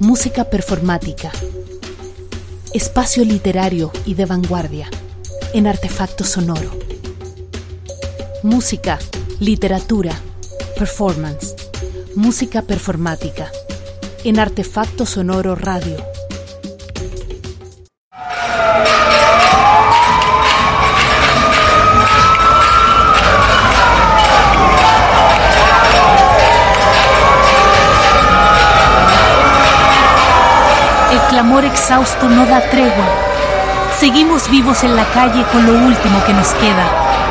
Música performática. Espacio literario y de vanguardia en artefacto sonoro. Música, literatura, performance. Música performática en artefacto sonoro radio. El clamor exhausto no da tregua. Seguimos vivos en la calle con lo último que nos queda.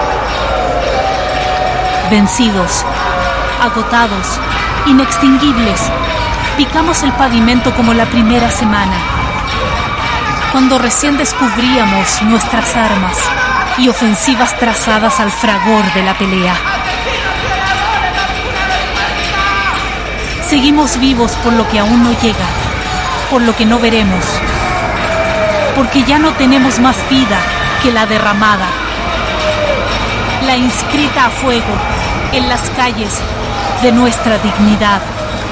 Vencidos, agotados, inextinguibles, picamos el pavimento como la primera semana, cuando recién descubríamos nuestras armas y ofensivas trazadas al fragor de la pelea. Seguimos vivos por lo que aún no llega, por lo que no veremos, porque ya no tenemos más vida que la derramada, la inscrita a fuego en las calles de nuestra dignidad.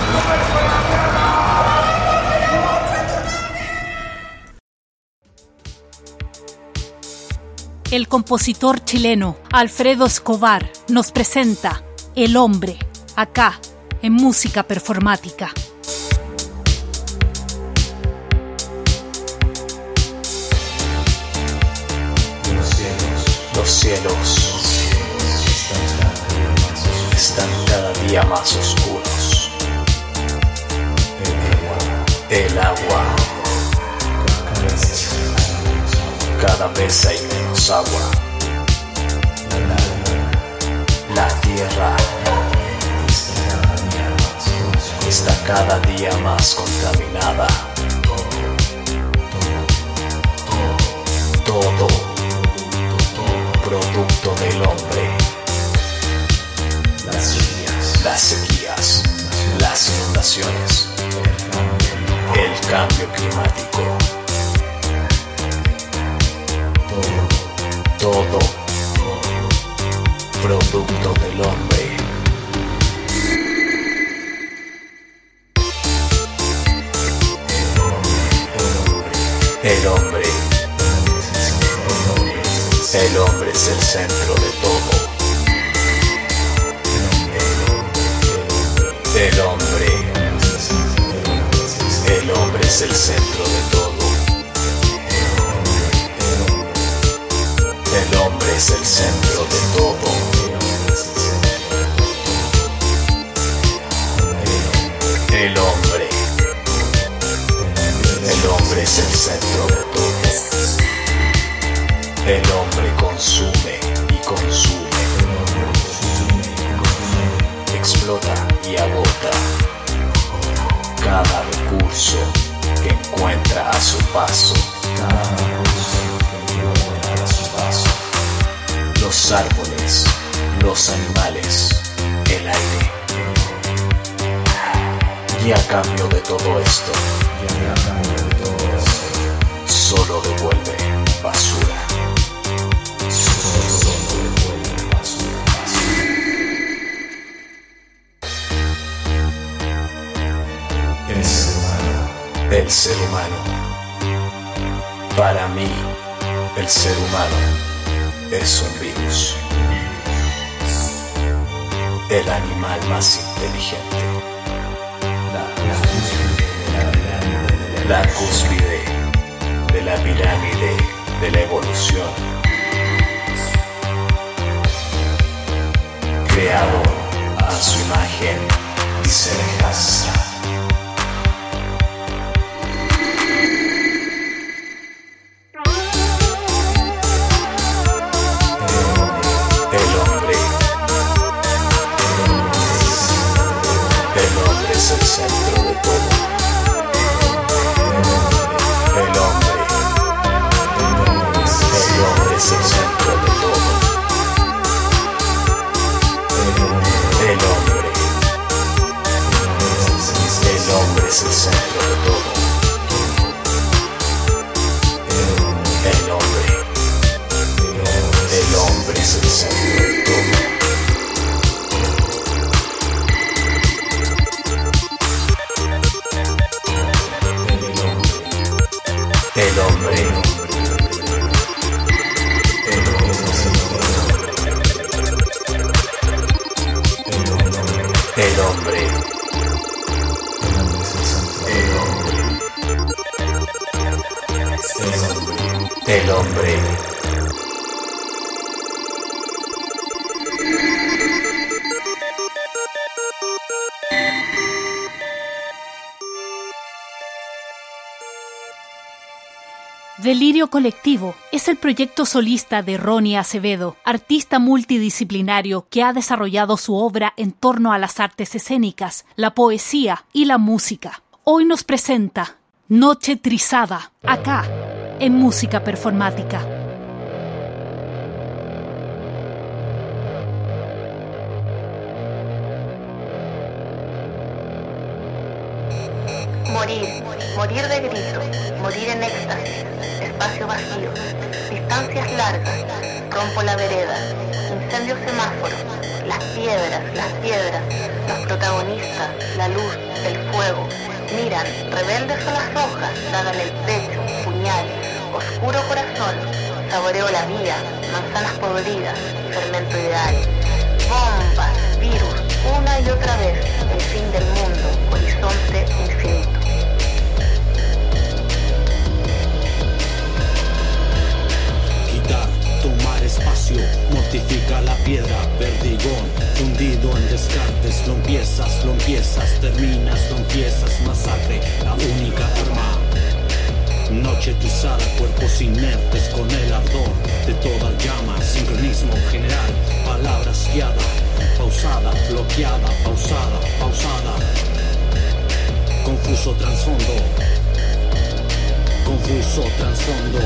El compositor chileno Alfredo Escobar nos presenta El Hombre, acá en Música Performática. Los cielos están cada día más oscuros. El agua, cada vez hay menos agua. La tierra está cada día más contaminada. Todo producto del hombre. Las sequías, las inundaciones, el cambio climático. Todo producto del hombre. El hombre es el centro de todo. El hombre es el centro de todo. El hombre es el centro de todo. El hombre es el centro de todo. El hombre consume y consume. Explota y agota cada recurso que encuentra a su paso. Los árboles, los animales, el aire. Y a cambio de todo esto, solo devuelve basura. El ser humano. Para mí, el ser humano es un virus. El animal más inteligente. La cúspide de la pirámide de la evolución. Creado a su imagen y semejanza. Es el centro de todo. El hombre es el centro de todo. El hombre es el centro de todo. El hombre es el centro de todo. El hombre. El hombre. El hombre. Delirio Colectivo es el proyecto solista de Ronnie Acevedo, artista multidisciplinario que ha desarrollado su obra en torno a las artes escénicas, la poesía y la música. Hoy nos presenta Noche Trizada, acá, en Música Performática. Morir de grito, morir en éxtasis, espacio vacío, distancias largas, rompo la vereda, incendio semáforo, las piedras, los protagonistas, la luz, el fuego, miran, rebeldes a las hojas, dagan el pecho, puñal, oscuro corazón, saboreo la vía, manzanas podridas, fermento ideal, bombas, virus, una y otra vez, el fin del mundo, horizonte infinito. Tomar espacio, mortifica la piedra, perdigón, fundido en descartes, lo empiezas, terminas, lo empiezas, masacre, la única arma. Noche trizada, cuerpos inertes con el ardor de toda llama, sincronismo general, palabras guiada, pausada, bloqueada, pausada, confuso trasfondo, confuso trasfondo.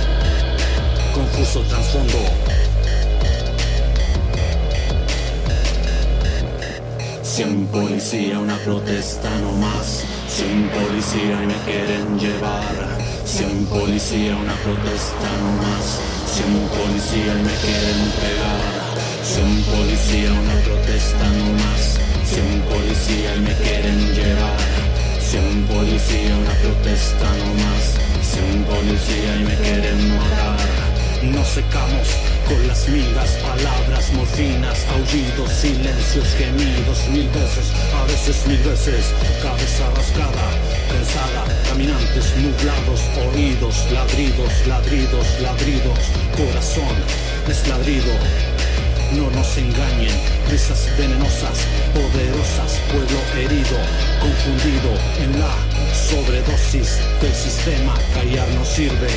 Sin policía una protesta no más, sin policía y me quieren llevar, sin policía una protesta no más, sin policía y me quieren pegar, sin policía una protesta no más, sin policía y me quieren llevar, sin policía una protesta no más, sin policía y me quieren matar. Nos secamos con las migas, palabras, morfinas, aullidos, silencios, gemidos, mil veces, cabeza rascada, cansada, caminantes nublados, oídos, ladridos, corazón desladrido. No nos engañen, risas venenosas, poderosas, pueblo herido, confundido en la sobredosis del sistema, callar no sirve.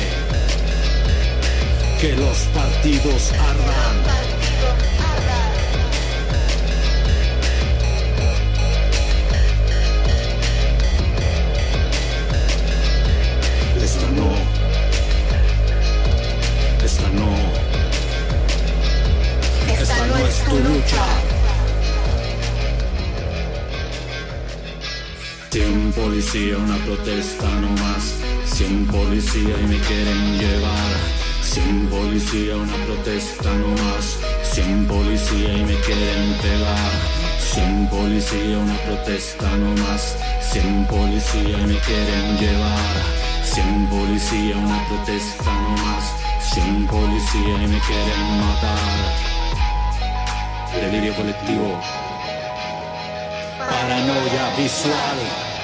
Que los partidos ardan. Esta no es tu lucha. Sin policía una protesta no más, sin policía y me quieren llevar. Sin policía una protesta no más, sin policía y me quieren pegar. Sin policía una protesta no más, sin policía y me quieren llevar. Sin policía una protesta no más, sin policía y me quieren matar. Delirio colectivo, paranoia visual.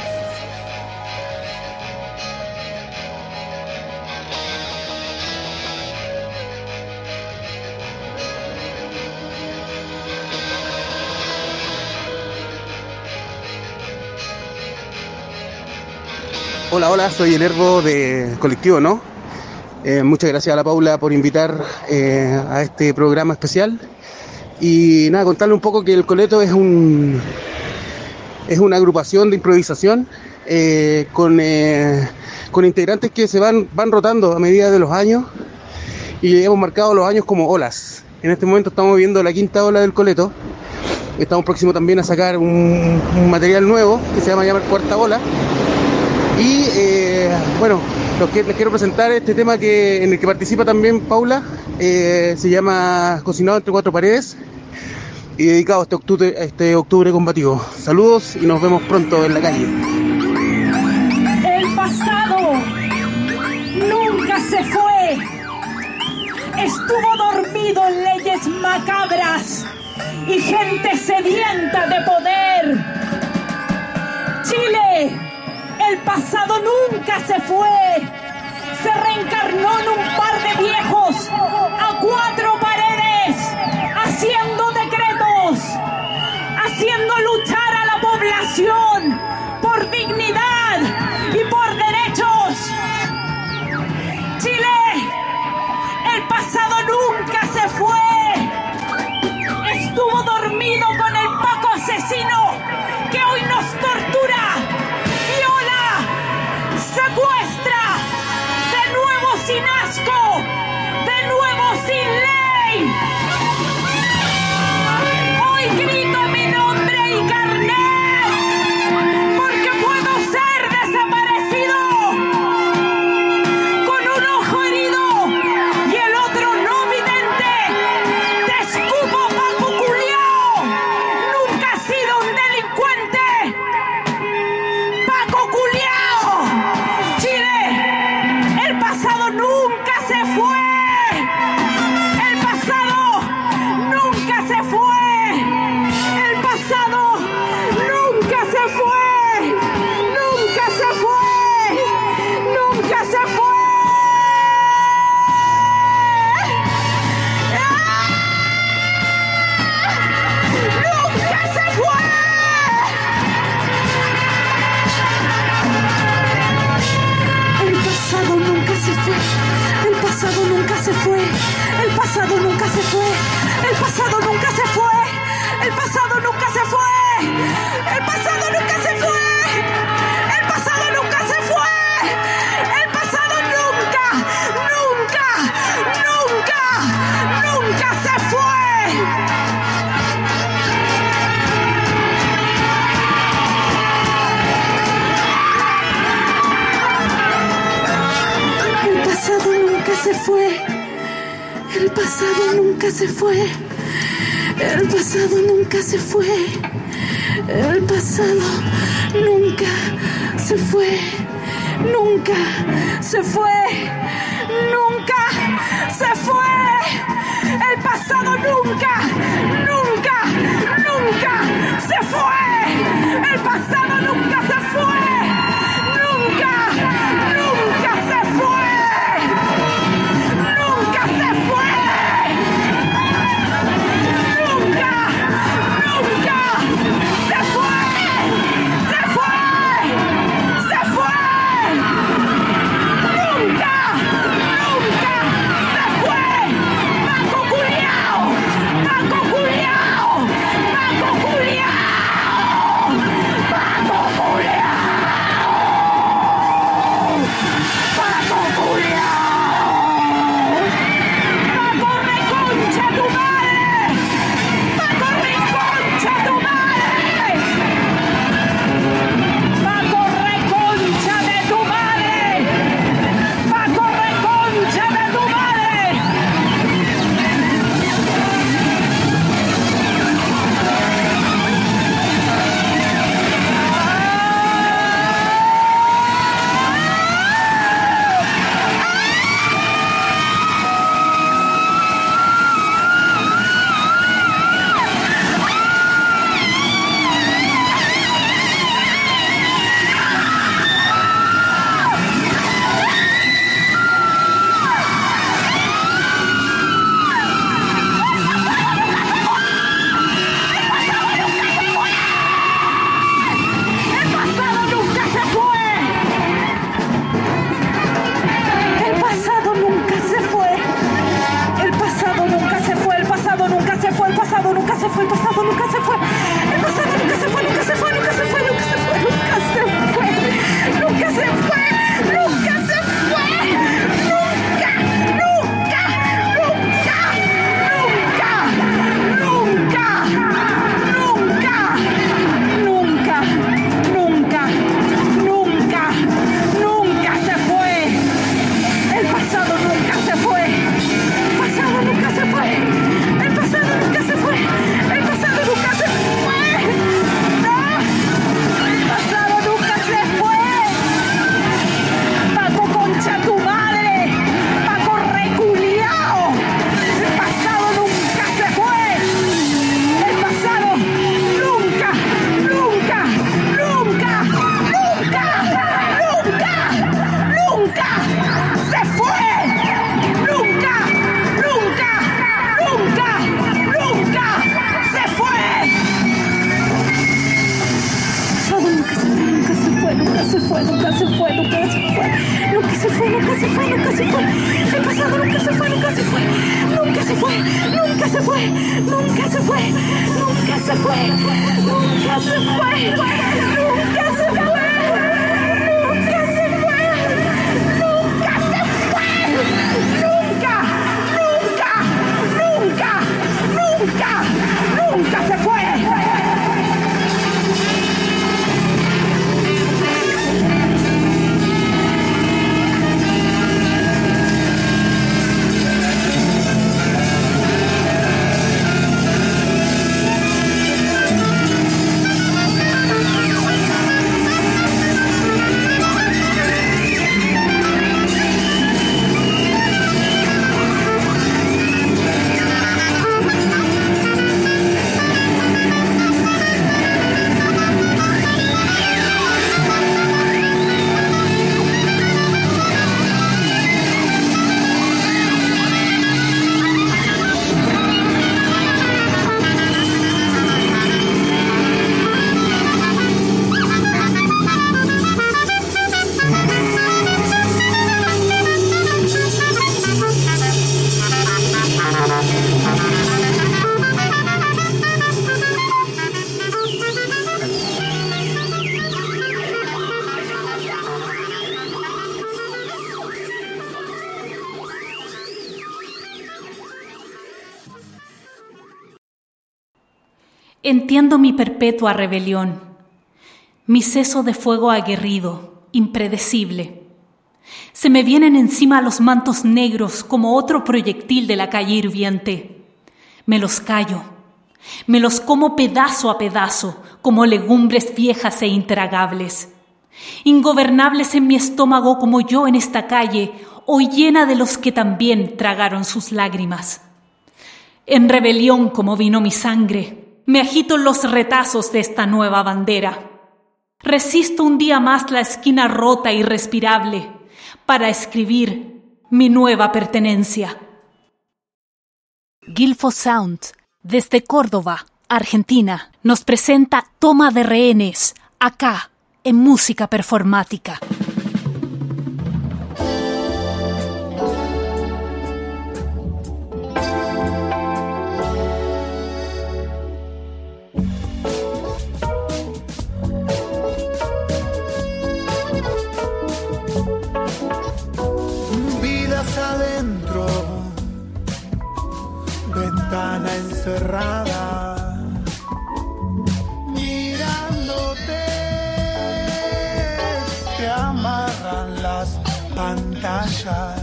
Hola, soy el Herbo de Colectivo, ¿no? Muchas gracias a la Paula por invitar a este programa especial. Y nada, contarle un poco que el Coleto es una agrupación de improvisación con integrantes que se van rotando a medida de los años, y hemos marcado los años como olas. En este momento estamos viviendo la quinta ola del Coleto. Estamos próximos también a sacar un material nuevo que se llama Cuarta Ola. Y bueno, les quiero presentar este tema en el que participa también Paula. Se llama Cocinado entre cuatro paredes, y dedicado a este octubre combativo. Saludos y nos vemos pronto en la calle. El pasado nunca se fue. Estuvo dormido en leyes macabras y gente sedienta de poder. Chile, el pasado nunca se fue. Se reencarnó en un par de viejos a cuatro paredes, haciendo decretos, haciendo luchar a la población por dignidad y por derechos. Chile, el pasado nunca se fue. Estuvo dormido con el Paco asesino que hoy nos tortura, viola, secuestra, de nuevo sin asco, de nuevo sin ley. Hoy grito mi nombre y carnet, porque puedo ser desaparecido, con un ojo herido y el otro no vidente. Te escupo, Paco culiao, nunca has sido un delincuente. Paco culiao. Chile, el pasado nunca se fue. El pasado nunca se fue. El pasado nunca se fue. Nunca se fue. Nunca se fue. ¡Nunca se fue! El pasado nunca se fue. El pasado nunca se fue. El pasado nunca se fue. El pasado nunca se fue. El pasado nunca se fue. El pasado nunca se fue. El pasado nunca se fue. El pasado nunca, nunca, nunca, nunca se fue. El pasado nunca se fue. El pasado nunca se fue. El pasado nunca se fue. El pasado nunca se fue. Nunca se fue. Nunca se fue. El pasado nunca, nunca, nunca se fue. El pasado nunca se fue. Nunca, nunca se fue. Nunca se fue. Nunca, nunca se fue. Se fue. Se fue. Nunca, nunca se fue. Paco culiao. Paco culiao. Paco culiao. se fue, nunca se fue, nunca se fue, nunca se fue, nunca se fue, nunca se fue. El pasado nunca se fue, nunca se fue, nunca se fue, nunca se fue, nunca se fue, nunca se fue, nunca se fue, nunca se fue. ¡Nunca se fue! Entiendo mi perpetua rebelión, mi ceso de fuego aguerrido, impredecible. Se me vienen encima los mantos negros como otro proyectil de la calle hirviente. Me los callo, me los como pedazo a pedazo, como legumbres viejas e intragables. Ingobernables en mi estómago como yo en esta calle, hoy llena de los que también tragaron sus lágrimas. En rebelión como vino mi sangre, me agito los retazos de esta nueva bandera. Resisto un día más la esquina rota e irrespirable para escribir mi nueva pertenencia. Gilfo Sound, desde Córdoba, Argentina, nos presenta Toma de Rehenes, acá, en música performática. Adentro, ventana encerrada, mirándote, te amarran las pantallas.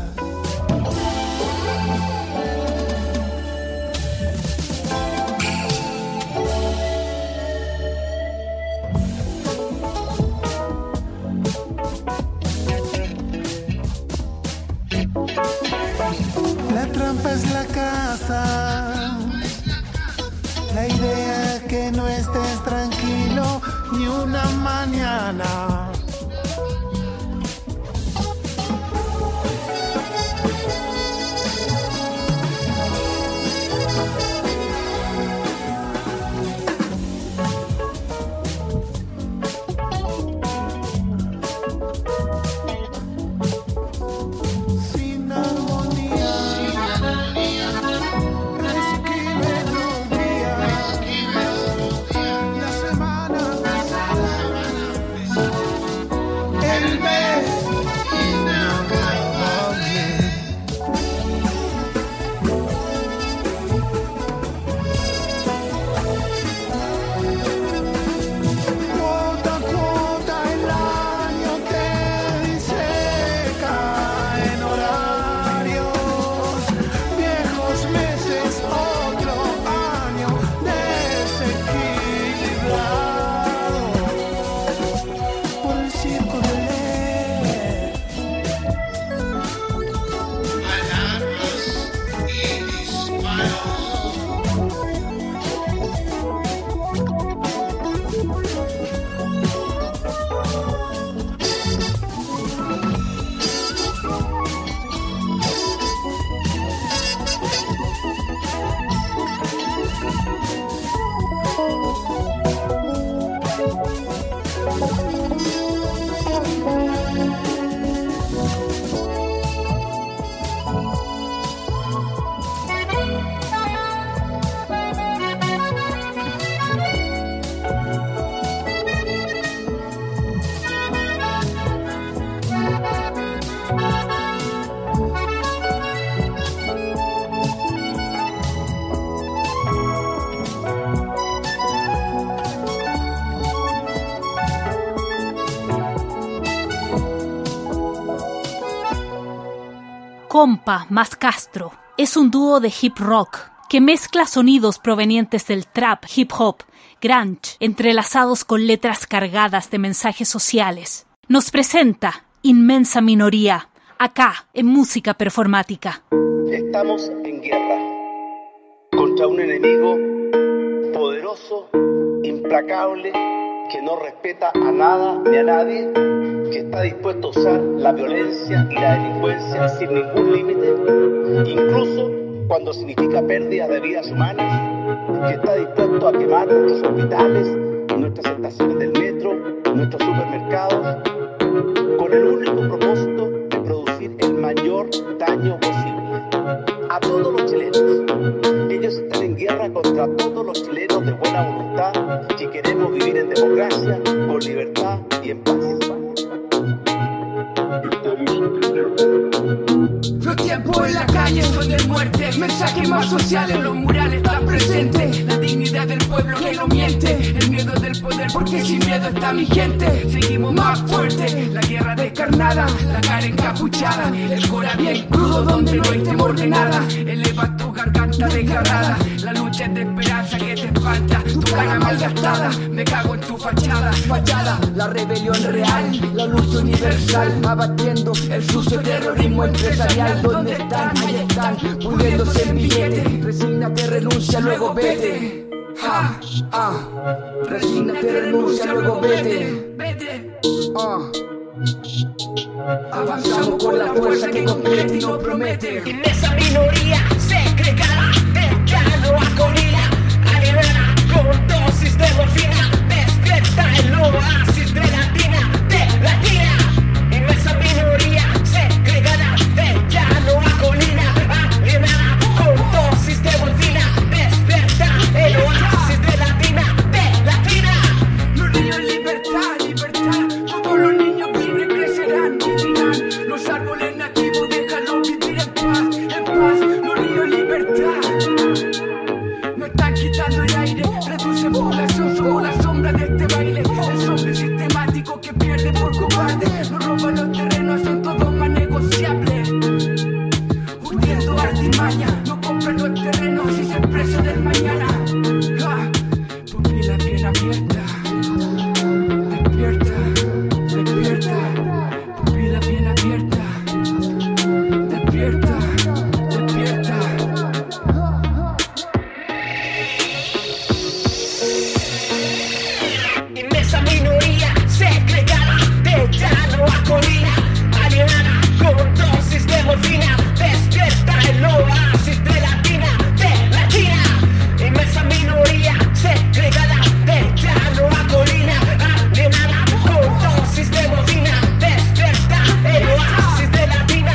La trampa es la casa, la idea que no estés tranquilo ni una mañana. La semana pasada Compa más Castro es un dúo de hip rock que mezcla sonidos provenientes del trap, hip hop, grunge, entrelazados con letras cargadas de mensajes sociales. Nos presenta Inmensa Minoría, acá en Música Performática. Estamos en guerra contra un enemigo poderoso, implacable, que no respeta a nada ni a nadie, que está dispuesto a usar la violencia y la delincuencia sin ningún límite, incluso cuando significa pérdida de vidas humanas, que está dispuesto a quemar nuestros hospitales, nuestras estaciones del metro, nuestros supermercados, con el único propósito de producir el mayor daño posible a todos los chilenos. Ellos están en guerra contra todos los chilenos de buena voluntad que queremos vivir en democracia, con libertad y en paz. Los tiempos en la calle son de muerte, mensajes más sociales, los murales están presentes, la dignidad del pueblo que no miente, el miedo del poder porque sin miedo está mi gente, seguimos más fuerte, la guerra descarnada, la cara encapuchada, el cora bien crudo donde no hay temor de nada, eleva tu garganta desgarrada, la lucha es de esperanza que te espanta, tu cara malgastada, me cago en tu fachada, la rebelión real, la lucha universal, abatiendo el sucio terrorismo empresarial. ¿Dónde están? Ahí están, pudiéndose el billete. Resígnate, renuncia, luego vete. Resígnate, renuncia, luego vete. Avanzamos con la fuerza que complete y no promete. Inmensa minoría segregada de llano a colina, alienada con dosis de morfina, despierta el oasis de latina. Inmensa minoría segregada de llano a colina, alienada con dosis de morfina, despierta el oasis de latina. Los niños libertad, todos los niños libres crecerán, vivirán, los árboles nativos déjalos vivir en paz, los niños libertad. No están quitando el aire, reducen población, somos la sombra de este baile, el zombie sistemático que pierde por cobarde, nos roban los terrenos, son todos más negociables, urdiendo artimaña, no compran los terrenos y se preso del mañana. Pupila bien abierta, despierta, pupila bien abierta, despierta. Inmensa minoría segregada de llano a colina, alienada con dosis de morfina, despierta el oasis de latina. Inmensa minoría segregada de llano a colina, alienada con dosis de morfina, despierta el oasis de latina.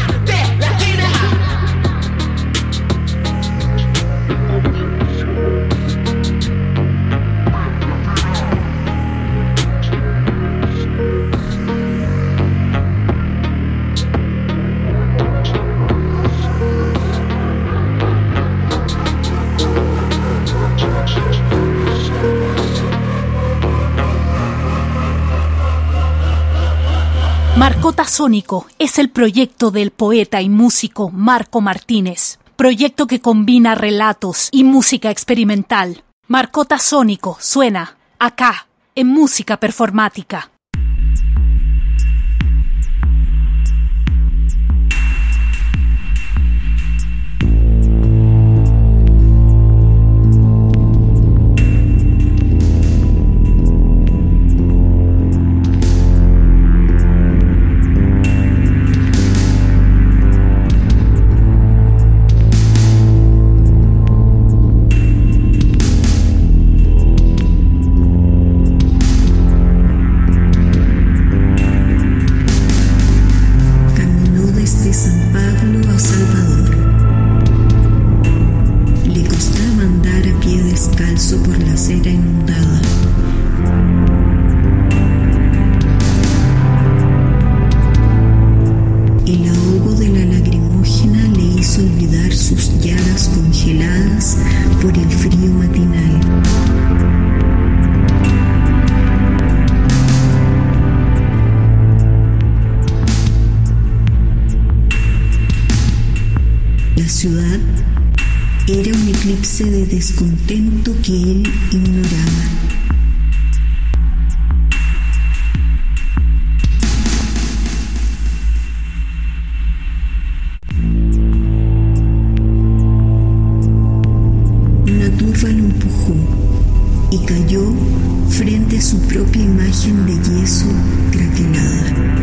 Marcota Sónico es el proyecto del poeta y músico Marco Martínez, proyecto que combina relatos y música experimental. Marcota Sónico suena acá en Música Performática. ciudad era un eclipse de descontento que él ignoraba. Una turba lo empujó y cayó frente a su propia imagen de yeso craquelada.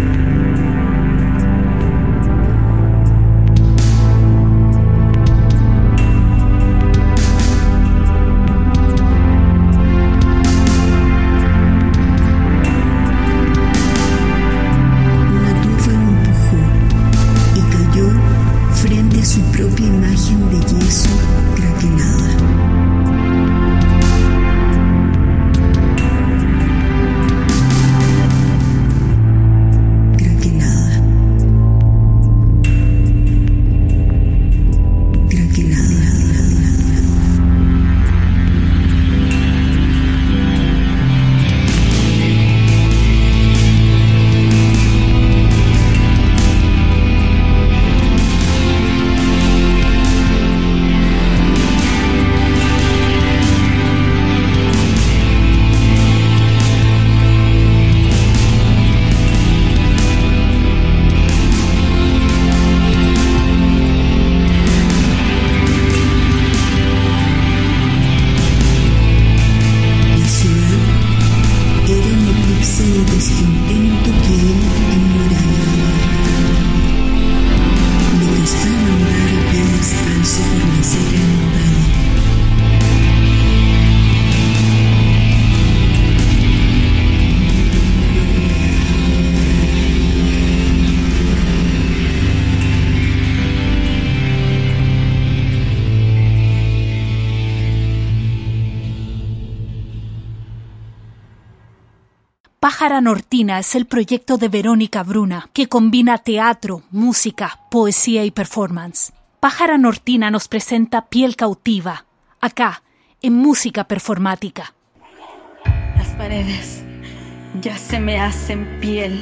Pájara Nortina es el proyecto de Verónica Bruna, que combina teatro, música, poesía y performance. Pájara Nortina nos presenta Piel Cautiva, acá, en Música Performática. Las paredes ya se me hacen piel,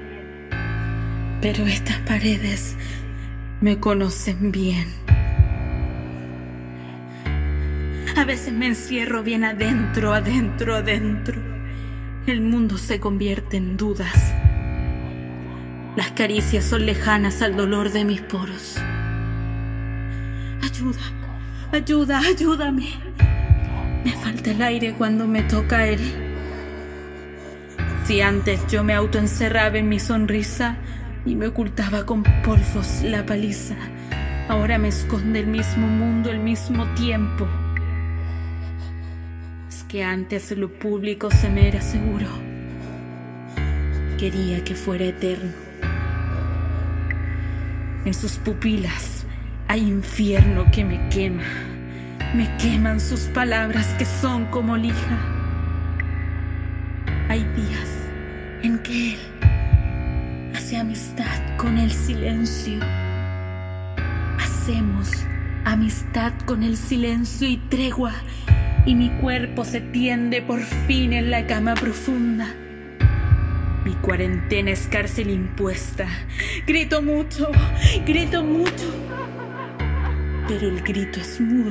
pero estas paredes me conocen bien. A veces me encierro bien adentro. El mundo se convierte en dudas. Las caricias son lejanas al dolor de mis poros. Ayúdame. Me falta el aire cuando me toca él. Si antes yo me autoencerraba en mi sonrisa y me ocultaba con polvos la paliza, ahora me esconde el mismo mundo, el mismo tiempo. Que antes lo público se me era seguro. Quería que fuera eterno. En sus pupilas hay infierno que me quema. Me queman sus palabras que son como lija. Hay días en que él hace amistad con el silencio. Hacemos amistad con el silencio y tregua. Y mi cuerpo se tiende por fin en la cama profunda. Mi cuarentena es cárcel impuesta. Grito mucho, pero el grito es mudo.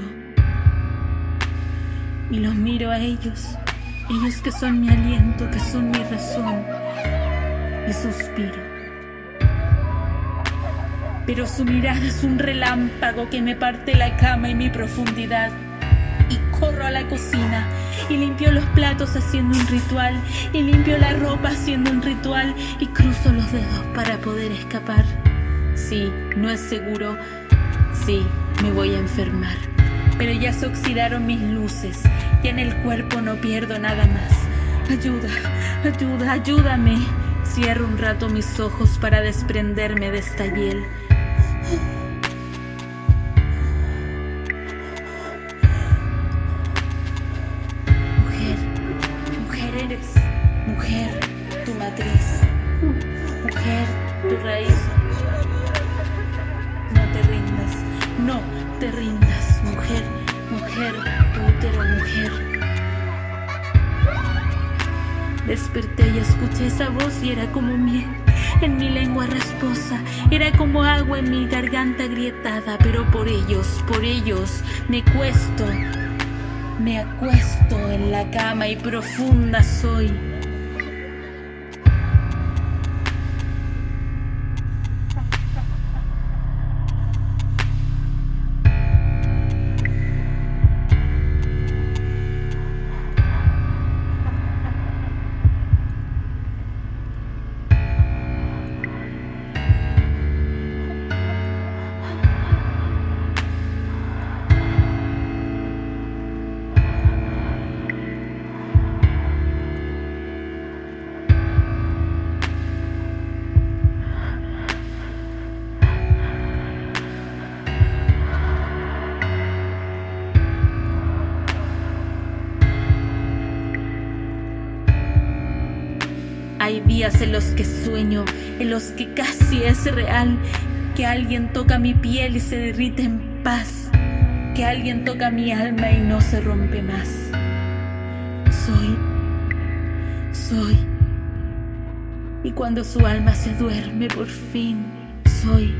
Y los miro a ellos que son mi aliento, que son mi razón. Y suspiro. Pero su mirada es un relámpago que me parte la cama y mi profundidad. Y corro a la cocina y limpio los platos haciendo un ritual, y limpio la ropa haciendo un ritual, y cruzo los dedos para poder escapar. Sí, no es seguro, sí, me voy a enfermar, pero ya se oxidaron mis luces, ya en el cuerpo no pierdo nada más. Ayúdame. Cierro un rato mis ojos para desprenderme de esta hiel. Mujer, tu matriz. Mujer, tu raíz. No te rindas, mujer, tu útero, mujer. Desperté y escuché esa voz y era como miel. en mi lengua rasposa, era como agua en mi garganta agrietada, pero por ellos me acuesto en la cama y profunda soy. Hay días en los que sueño, en los que casi es real, que alguien toca mi piel y se derrite en paz, que alguien toca mi alma y no se rompe más. Soy. Y cuando su alma se duerme, por fin, soy.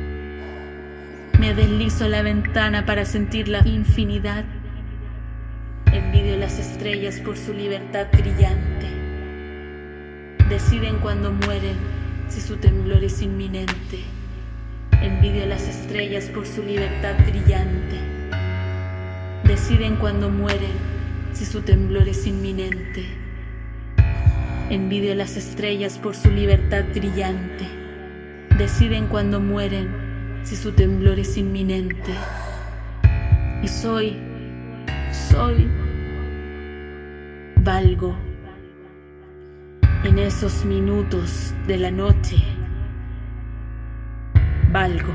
Me deslizo a la ventana para sentir la infinidad. Envidio las estrellas por su libertad brillante. Deciden cuando mueren si su temblor es inminente. Envidio a las estrellas por su libertad brillante. Deciden cuando mueren si su temblor es inminente. Envidio a las estrellas por su libertad brillante. Deciden cuando mueren si su temblor es inminente. Y soy, valgo. En esos minutos de la noche, valgo.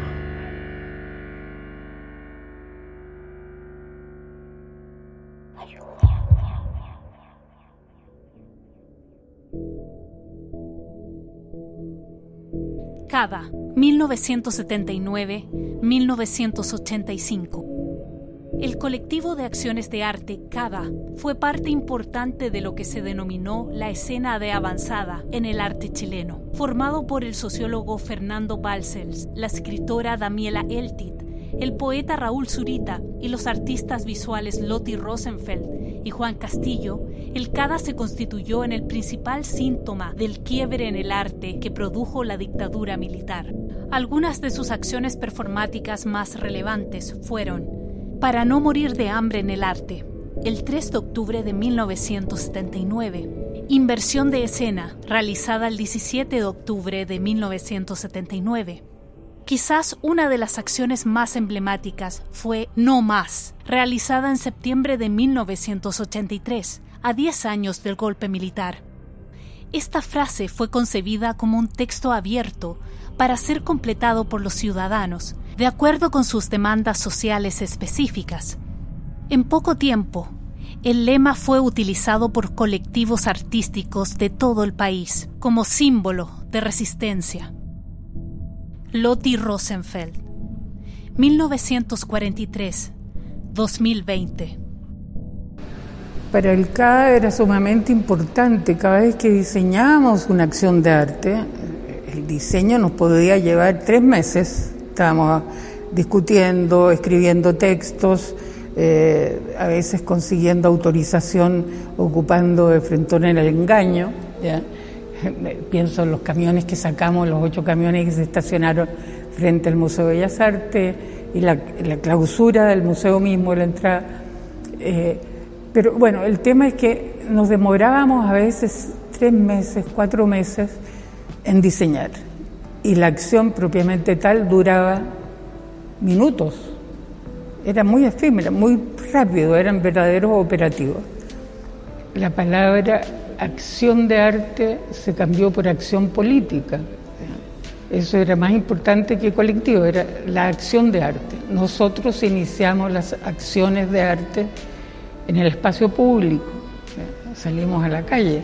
Cava, 1979-1985. El colectivo de acciones de arte Cava fue parte importante de lo que se denominó la escena de avanzada en el arte chileno, formado por el sociólogo Fernando Balcells, la escritora Damiela Eltit, el poeta Raúl Zurita y los artistas visuales Lotti Rosenfeld y Juan Castillo. El CADA se constituyó en el principal síntoma del quiebre en el arte que produjo la dictadura militar. Algunas de sus acciones performáticas más relevantes fueron: Para no morir de hambre en el arte, el 3 de octubre de 1979. Inversión de escena, realizada el 17 de octubre de 1979. Quizás una de las acciones más emblemáticas fue No Más, realizada en septiembre de 1983, a 10 años del golpe militar. Esta frase fue concebida como un texto abierto para ser completado por los ciudadanos, de acuerdo con sus demandas sociales específicas. En poco tiempo, el lema fue utilizado por colectivos artísticos de todo el país como símbolo de resistencia. Lotti Rosenfeld, 1943-2020. Para el CADA era sumamente importante. Cada vez que diseñábamos una acción de arte, el diseño nos podía llevar 3 meses. Estábamos discutiendo, escribiendo textos, a veces consiguiendo autorización, ocupando de frentón en el engaño, ¿ya? Pienso en los camiones que sacamos, los 8 camiones que se estacionaron frente al Museo de Bellas Artes y la clausura del museo mismo, la entrada. Pero bueno, el tema es que nos demorábamos a veces 3 meses, 4 meses en diseñar. Y la acción propiamente tal duraba minutos. Era muy efímera, muy rápido, eran verdaderos operativos. La palabra acción de arte se cambió por acción política. Eso era más importante que colectivo, era la acción de arte. Nosotros iniciamos las acciones de arte en el espacio público, salimos a la calle.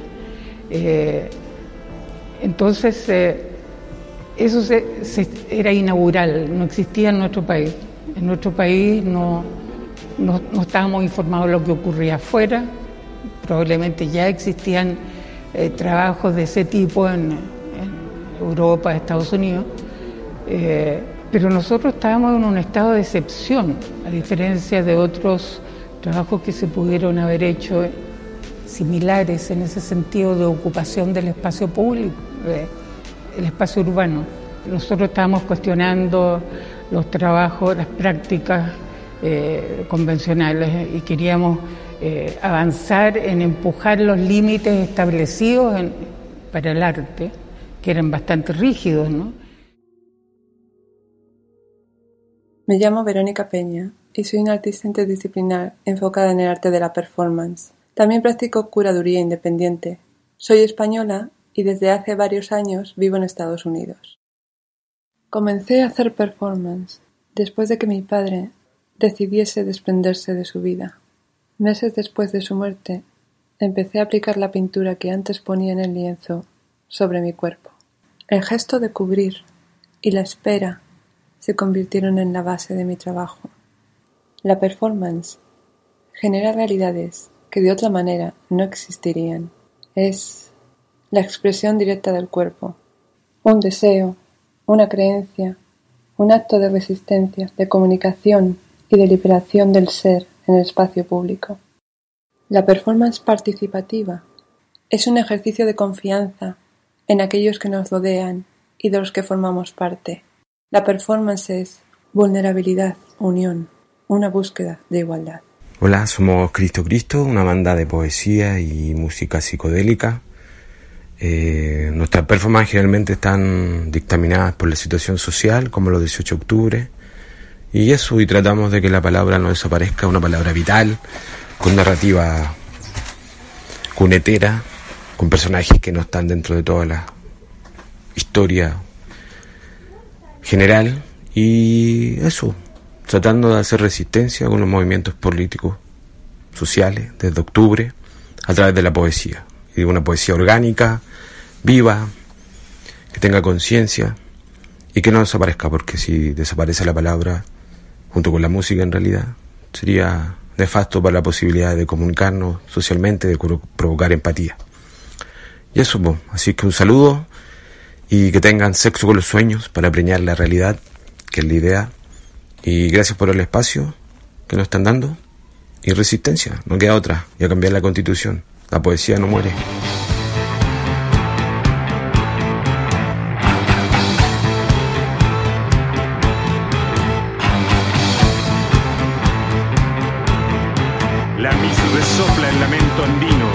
Entonces, eso era inaugural, no existía en nuestro país. En nuestro país no estábamos informados de lo que ocurría afuera. Probablemente ya existían trabajos de ese tipo en Europa, Estados Unidos, pero nosotros estábamos en un estado de excepción, a diferencia de otros trabajos que se pudieron haber hecho similares en ese sentido de ocupación del espacio público, el espacio urbano. Nosotros estábamos cuestionando los trabajos, las prácticas convencionales y queríamos avanzar en empujar los límites establecidos para el arte, que eran bastante rígidos, ¿no? Me llamo Verónica Peña y soy una artista interdisciplinar enfocada en el arte de la performance. También practico curaduría independiente. Soy española y desde hace varios años vivo en Estados Unidos. Comencé a hacer performance después de que mi padre decidiese desprenderse de su vida. Meses después de su muerte, empecé a aplicar la pintura que antes ponía en el lienzo sobre mi cuerpo. El gesto de cubrir y la espera se convirtieron en la base de mi trabajo. La performance genera realidades que de otra manera no existirían. Es la expresión directa del cuerpo, un deseo, una creencia, un acto de resistencia, de comunicación y de liberación del ser en el espacio público. La performance participativa es un ejercicio de confianza en aquellos que nos rodean y de los que formamos parte. La performance es vulnerabilidad, unión, una búsqueda de igualdad. Hola, somos Cristo Cristo, una banda de poesía y música psicodélica. Nuestras performances generalmente están dictaminadas por la situación social, como los 18 de octubre. Y eso, y tratamos de que la palabra no desaparezca, una palabra vital, con narrativa cunetera, con personajes que no están dentro de toda la historia general. Y eso, tratando de hacer resistencia con los movimientos políticos, sociales, desde octubre, a través de la poesía. Y una poesía orgánica, viva, que tenga conciencia y que no desaparezca, porque si desaparece la palabra, junto con la música en realidad, sería nefasto para la posibilidad de comunicarnos socialmente, de provocar empatía. Y eso, pues, así que un saludo y que tengan sexo con los sueños para preñar la realidad, que es la idea. Y gracias por el espacio que nos están dando. Y resistencia, no queda otra, y a cambiar la Constitución. La poesía no muere. La misu resopla el lamento andino,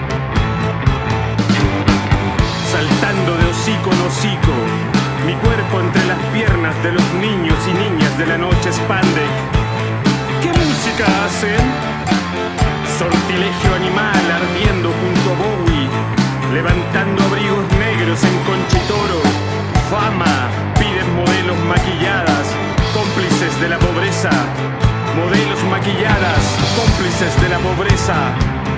saltando de hocico en hocico, mi cuerpo entre las piernas de los niños y niñas de la noche expande. ¿Qué música hacen? Sortilegio animal ardiendo junto a Bowie, levantando abrigos negros en Conchitoro. Fama, piden modelos maquilladas, cómplices de la pobreza. Modelos maquilladas, cómplices de la pobreza.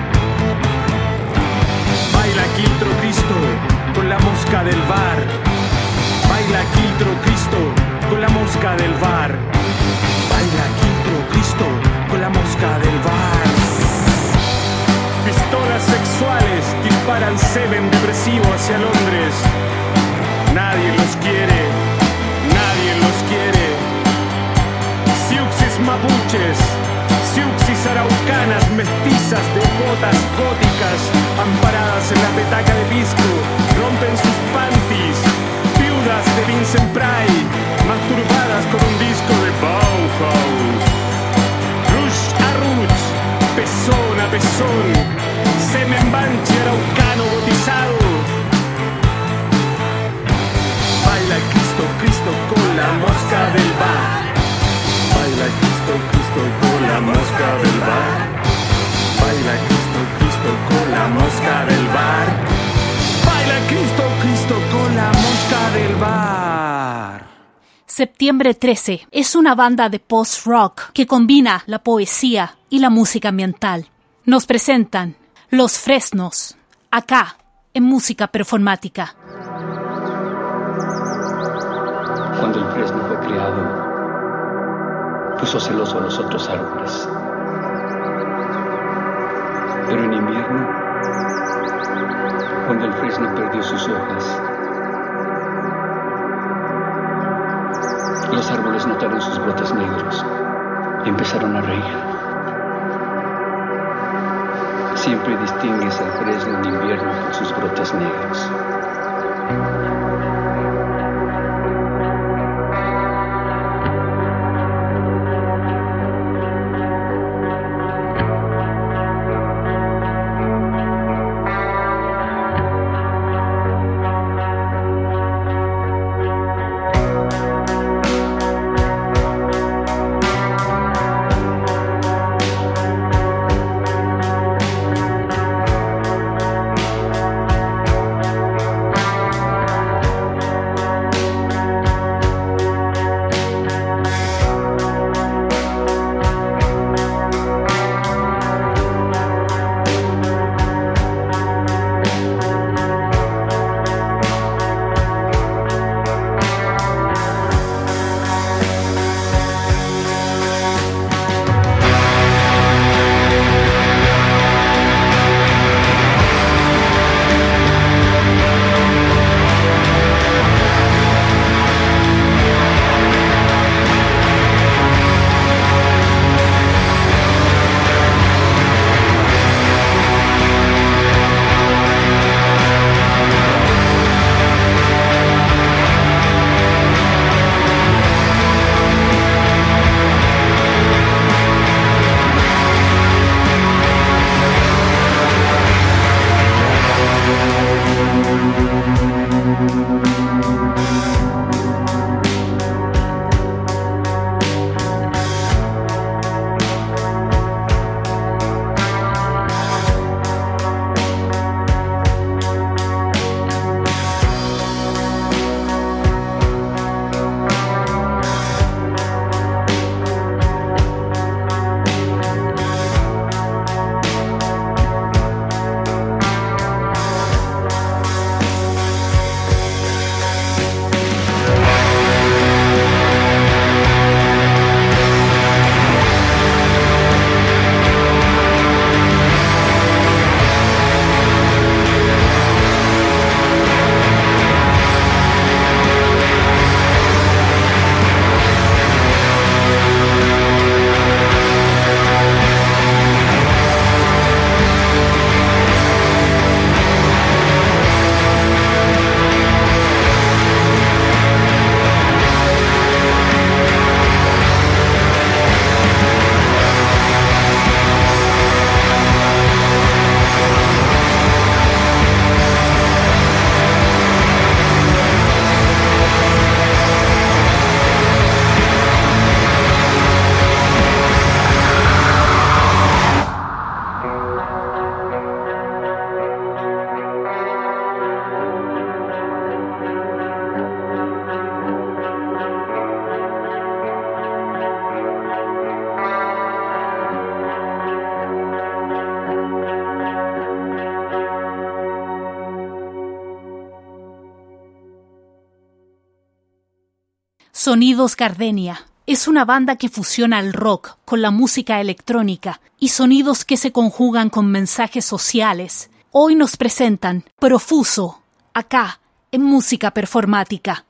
Baila Quiltro Cristo con la mosca del bar. Baila Quiltro Cristo con la mosca del bar. Baila Quiltro Cristo con la mosca del bar. Pistolas sexuales disparan semen depresivo hacia Londres. Nadie los quiere, nadie los quiere. Siuxis mapuches, siuxis araucanas mestizas de botas góticas, amparadas en la petaca de pisco, rompen sus panties. Viudas de Vincent Price, masturbadas con un disco de Bauhaus. Rush a rush, pezón a pezón, semen banchi araucano gotizado. Baila Cristo, Cristo con la mosca del bar. Baila Cristo, Cristo con la mosca del bar. Baila Cristo, Cristo con la mosca del bar. Baila Cristo, Cristo con la mosca del bar. Septiembre 13 es una banda de post-rock que combina la poesía y la música ambiental. Nos presentan Los Fresnos, acá, en Música Performática. Cuando el fresno fue criado, puso celoso a los otros árboles. Pero en invierno, cuando el fresno perdió sus hojas, Los árboles notaron sus brotes negros y empezaron a reír. Siempre distingues al fresno en invierno con sus brotes negros. Sonidos Gardenia es una banda que fusiona el rock con la música electrónica y sonidos que se conjugan con mensajes sociales. Hoy nos presentan Profuso, acá en Música Performática.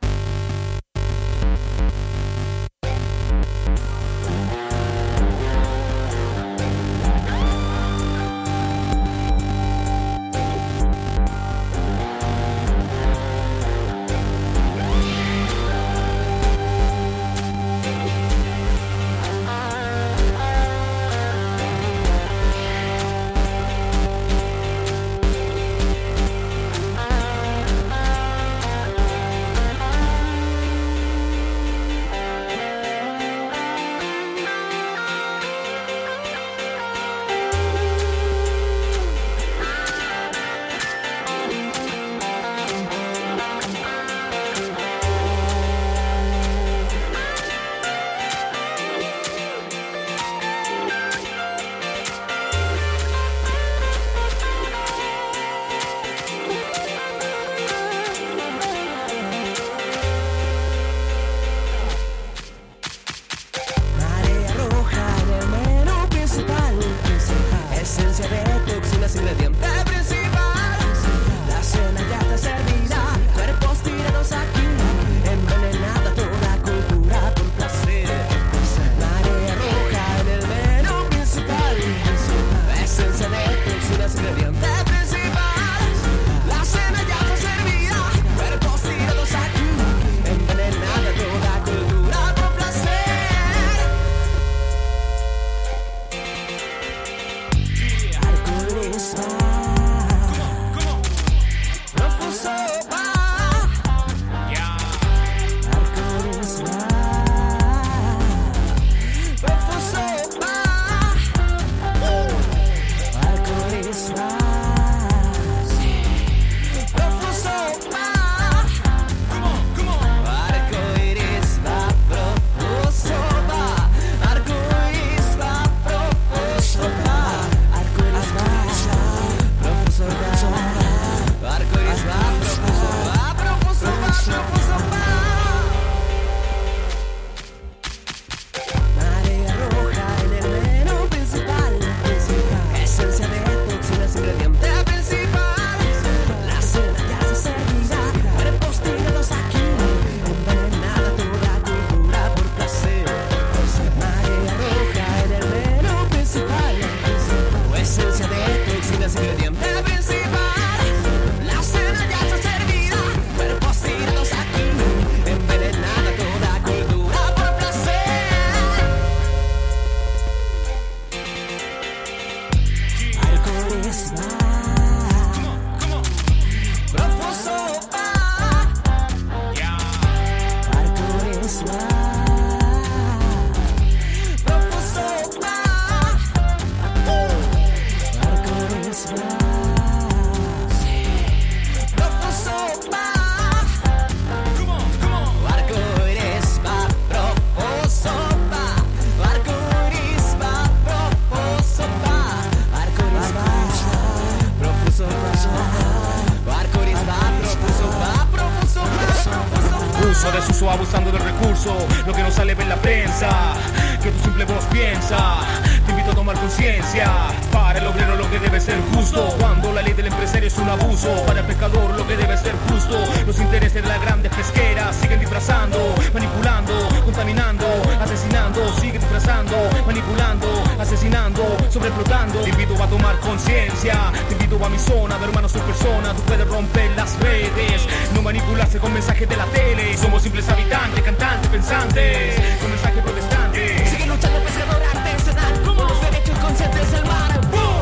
uso, desuso, abusando del recurso. Lo que no sale ve en la prensa, que tu simple voz piensa. Te invito a tomar conciencia. Para el obrero lo que debe ser justo. Cuando la ley del empresario es un abuso, para el pescador lo que debe ser justo. Los intereses de las grandes pesqueras siguen disfrazando, manipulando, contaminando, asesinando. Siguen disfrazando, manipulando, asesinando, sobreexplotando. Te invito a tomar conciencia. Te invito a mi zona, de hermanos en persona. Tú puedes romper las redes, no manipularse con mensajes de la tele. Somos simples habitantes, cantantes, pensantes, con mensajes protestantes. Sigue luchando pescador artesanal por los derechos conscientes del mar.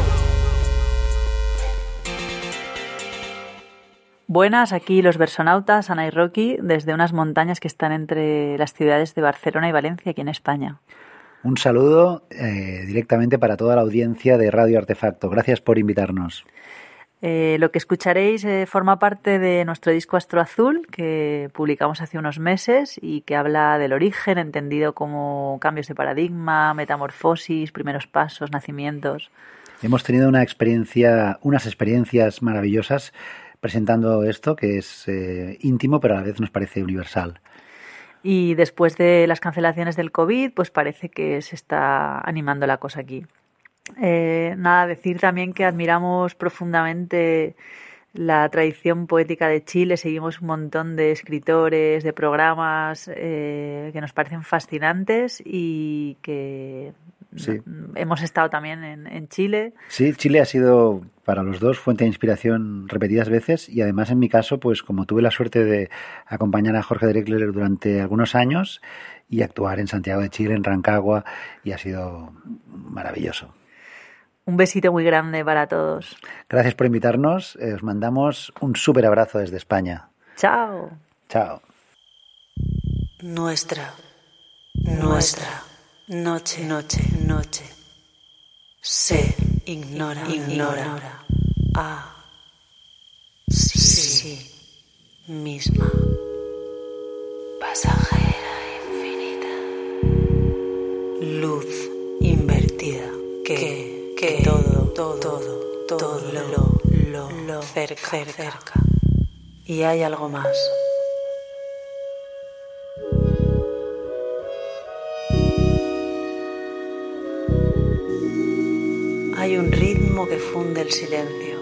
Buenas, aquí los versonautas, Ana y Rocky, desde unas montañas que están entre las ciudades de Barcelona y Valencia, aquí en España. Un saludo directamente para toda la audiencia de Radio Artefacto. Gracias por invitarnos. Lo que escucharéis forma parte de nuestro disco Astro Azul, que publicamos hace unos meses y que habla del origen, entendido como cambios de paradigma, metamorfosis, primeros pasos, nacimientos. Hemos tenido unas experiencias maravillosas presentando esto, que es íntimo, pero a la vez nos parece universal. Y después de las cancelaciones del COVID, pues parece que se está animando la cosa aquí. Decir también que admiramos profundamente la tradición poética de Chile. Seguimos un montón de escritores, de programas que nos parecen fascinantes y que sí. Hemos estado también en Chile. Sí, Chile ha sido para los dos fuente de inspiración repetidas veces y además en mi caso, pues como tuve la suerte de acompañar a Jorge Drexler durante algunos años y actuar en Santiago de Chile, en Rancagua, y ha sido maravilloso. Un besito muy grande para todos. Gracias por invitarnos. Os mandamos un súper abrazo desde España. Chao. Chao. Nuestra noche. Se ignora a sí misma. Pasajera infinita. Luz invertida. Que todo lo cerca. Y hay algo más. Hay un ritmo que funde el silencio.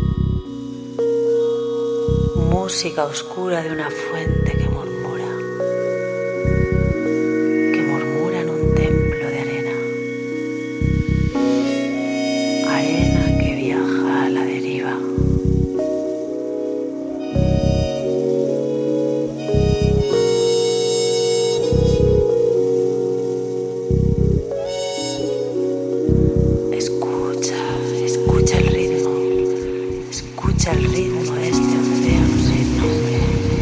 Música oscura de una fuente que murmura en un templo de arena. Arena que viaja a la deriva. Escucha el ritmo de este océano sin nombre.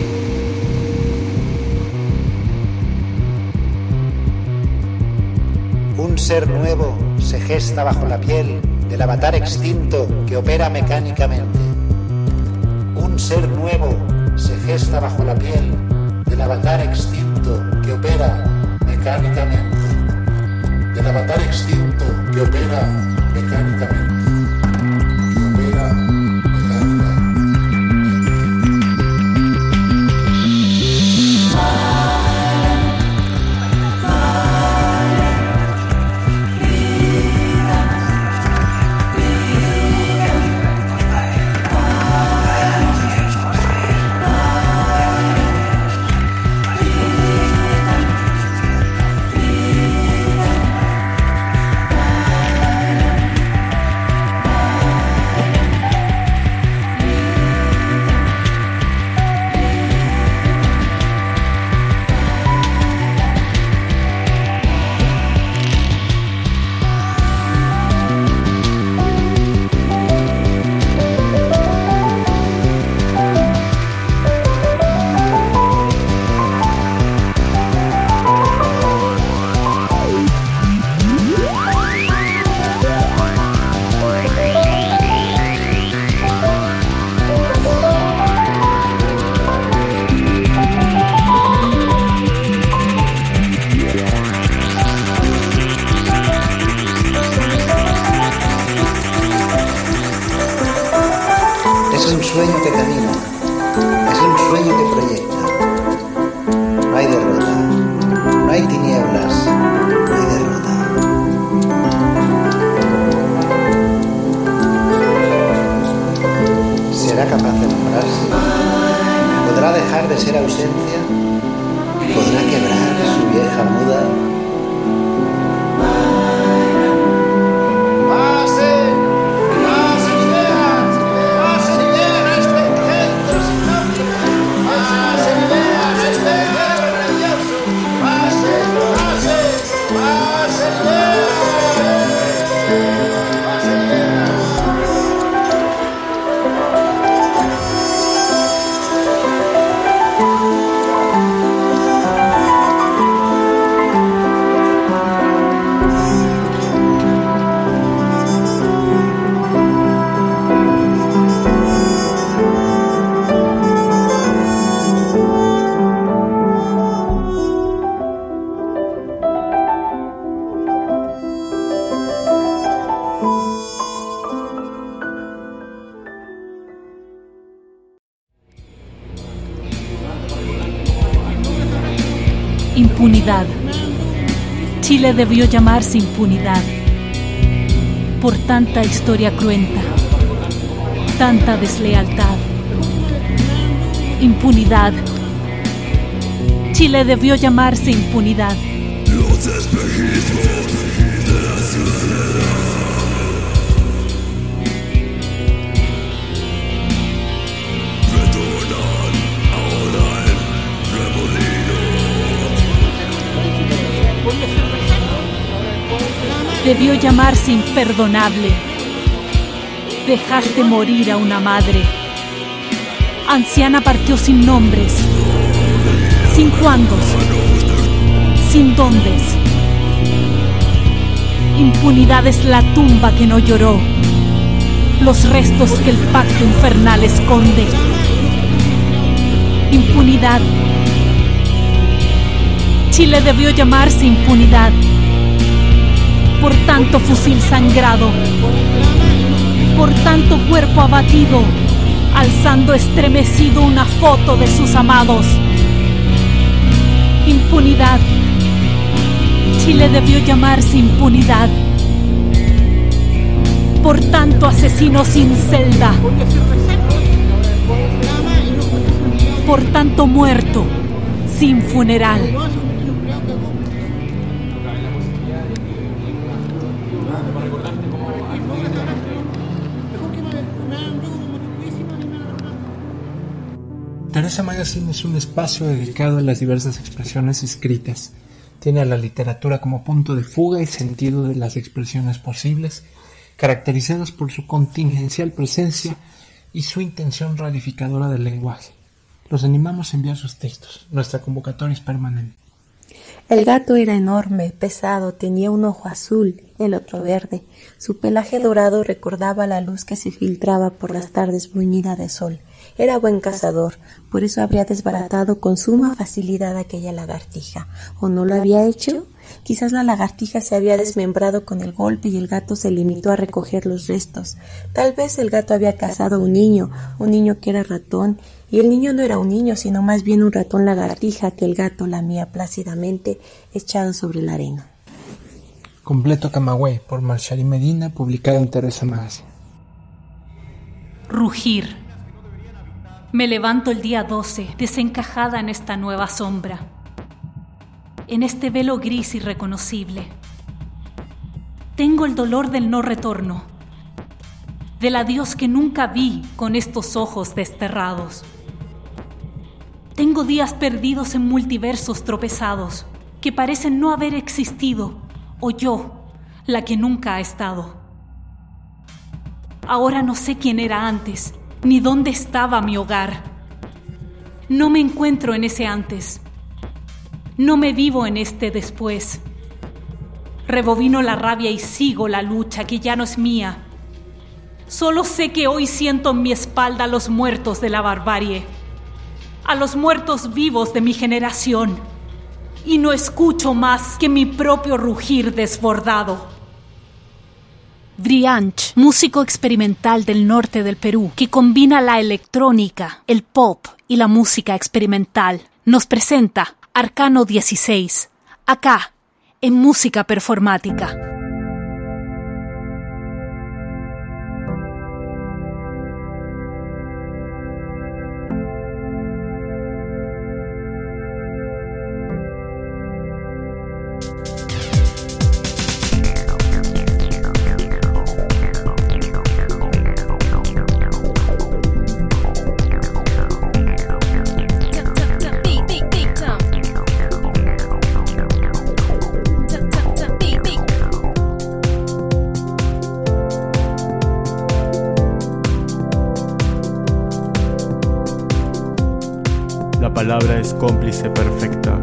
Un ser nuevo se gesta bajo la piel del avatar extinto que opera mecánicamente. Un ser nuevo se gesta bajo la piel del avatar extinto que opera mecánicamente. Del avatar extinto que opera mecánicamente. oveja muda. Impunidad. Chile debió llamarse impunidad por tanta historia cruenta, tanta deslealtad. Impunidad. Chile debió llamarse impunidad. Los espejismos de la ciudadela retornan ahora en remolino. Debió llamarse imperdonable. Dejaste morir a una madre. Anciana partió sin nombres, sin cuándos, sin dóndes. Impunidad es la tumba que no lloró, los restos que el pacto infernal esconde. Impunidad. Chile debió llamarse impunidad por tanto fusil sangrado, por tanto cuerpo abatido, alzando estremecido una foto de sus amados. Impunidad. Chile debió llamarse impunidad por tanto asesino sin celda, por tanto muerto sin funeral. Teresa Magazine es un espacio dedicado a las diversas expresiones escritas. Tiene a la literatura como punto de fuga y sentido de las expresiones posibles, caracterizadas por su contingencial presencia y su intención radificadora del lenguaje. Los animamos a enviar sus textos. Nuestra convocatoria es permanente. El gato era enorme, pesado, tenía un ojo azul, el otro verde. Su pelaje dorado recordaba la luz que se filtraba por las tardes bruñida de sol. Era buen cazador, por eso habría desbaratado con suma facilidad aquella lagartija. ¿O no lo había hecho? Quizás la lagartija se había desmembrado con el golpe y el gato se limitó a recoger los restos. Tal vez el gato había cazado un niño que era ratón, y el niño no era un niño, sino más bien un ratón lagartija que el gato lamía plácidamente echado sobre la arena. Completo Camagüey, por Marshari Medina, publicado en Teresa Magazine. Rugir. Me levanto el día 12, desencajada en esta nueva sombra, en este velo gris irreconocible. Tengo el dolor del no retorno, del adiós que nunca vi con estos ojos desterrados. Tengo días perdidos en multiversos tropezados, que parecen no haber existido, o yo, la que nunca ha estado. Ahora no sé quién era antes, ni dónde estaba mi hogar. No me encuentro en ese antes. No me vivo en este después. Rebobino la rabia y sigo la lucha que ya no es mía. Solo sé que hoy siento en mi espalda a los muertos de la barbarie, a los muertos vivos de mi generación, y no escucho más que mi propio rugir desbordado. Brianch, músico experimental del norte del Perú, que combina la electrónica, el pop y la música experimental, nos presenta Arcano 16, acá, en Música Performática. palabra es cómplice perfecta.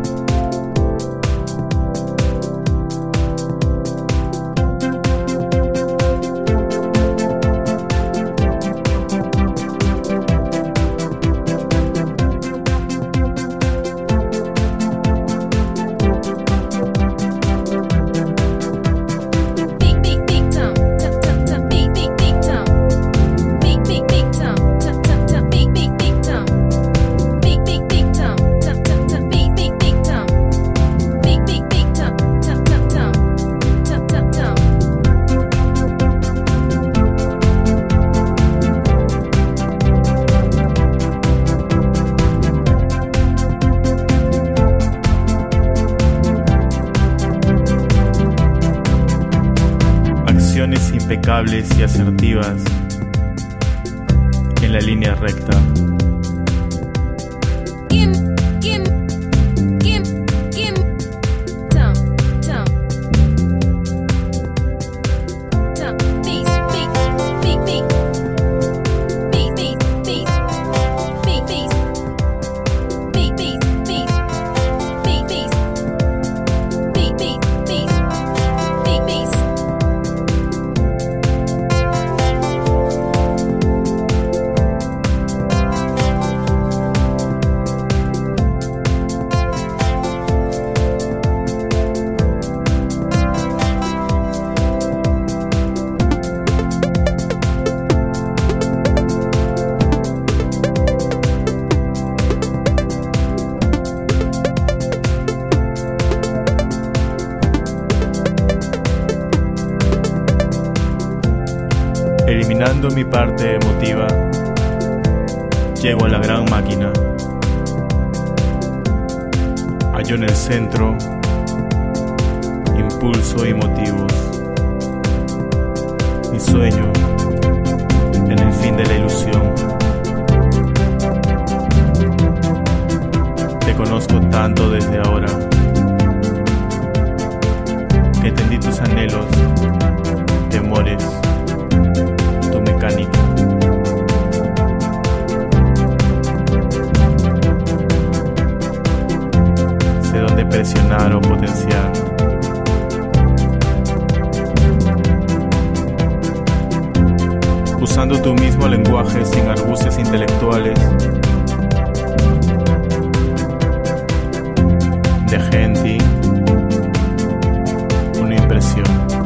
Impecables y asertivas en la línea recta. Eliminando mi parte emotiva, llego a la gran máquina. Hallo en el centro impulso y motivos. Mi sueño en el fin de la ilusión. Te conozco tanto desde ahora que entendí tus anhelos, temores, tu mecánica. Sé dónde presionar o potenciar. Usando tu mismo lenguaje sin arbuces intelectuales. Dejé en ti una impresión.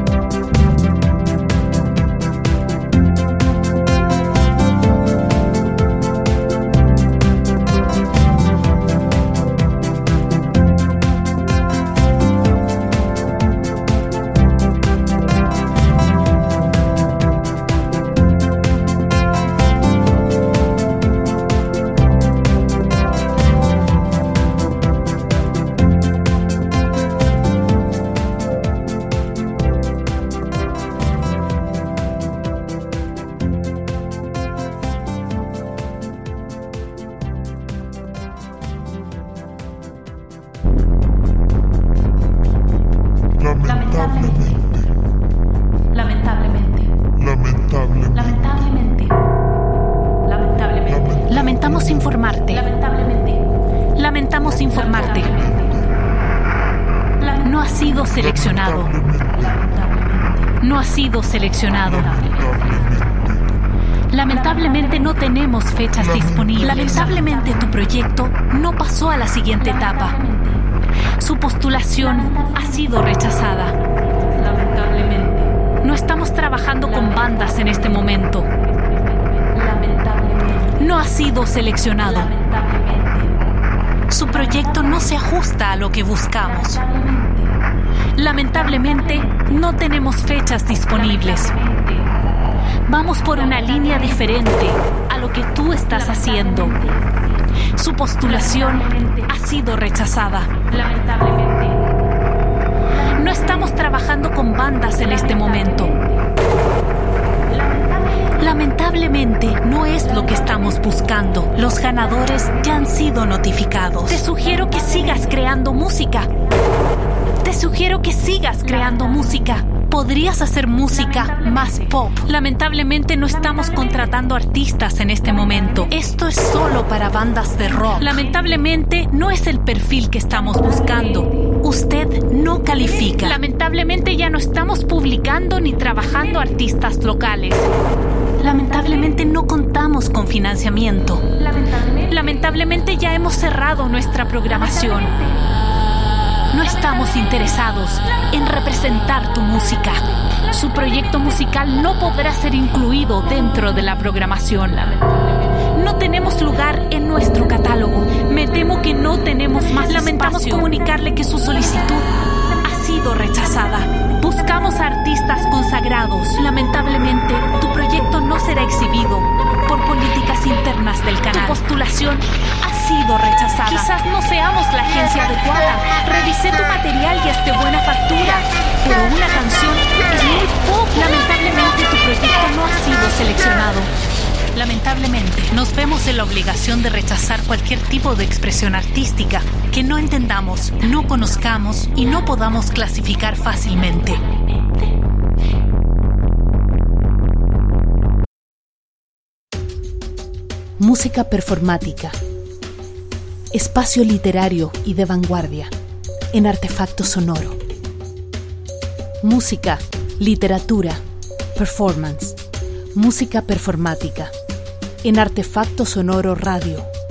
Lamentamos informarte. Lamentamos informarte. No ha sido seleccionado. No ha sido seleccionado. Lamentablemente no tenemos fechas disponibles. Lamentablemente tu proyecto no pasó a la siguiente etapa. Su postulación ha sido rechazada. Lamentablemente. No estamos trabajando con bandas en este momento. No ha sido seleccionado. Su proyecto no se ajusta a lo que buscamos. Lamentablemente, no tenemos fechas disponibles. Vamos por una línea diferente a lo que tú estás haciendo. Su postulación ha sido rechazada. Lamentablemente. No estamos trabajando con bandas en este momento. Lamentablemente, no es lo que estamos buscando. Los ganadores ya han sido notificados. Te sugiero que sigas creando música. Te sugiero que sigas creando música. Podrías hacer música más pop. Lamentablemente no estamos contratando artistas en este momento. Esto es solo para bandas de rock. Lamentablemente no es el perfil que estamos buscando. Usted no califica. Lamentablemente ya no estamos publicando ni trabajando artistas locales. Lamentablemente no contamos con financiamiento. Lamentablemente ya hemos cerrado nuestra programación. No estamos interesados en representar tu música. Su proyecto musical no podrá ser incluido dentro de la programación. No tenemos lugar en nuestro catálogo. Me temo que no tenemos más espacio. Lamentamos comunicarle que su solicitud ha sido rechazada. Buscamos a artistas consagrados. Lamentablemente, tu proyecto no será exhibido por políticas internas del canal. Tu postulación ha sido rechazada. Quizás no seamos la agencia adecuada. Revisé tu material y es de buena factura, pero una canción es muy poco. Lamentablemente, tu proyecto no ha sido seleccionado. Lamentablemente, nos vemos en la obligación de rechazar cualquier tipo de expresión artística que no entendamos, no conozcamos y no podamos clasificar fácilmente. Música performática. Espacio literario y de vanguardia en Artefacto Sonoro. Música, literatura, performance. Música performática en Artefacto Sonoro Radio.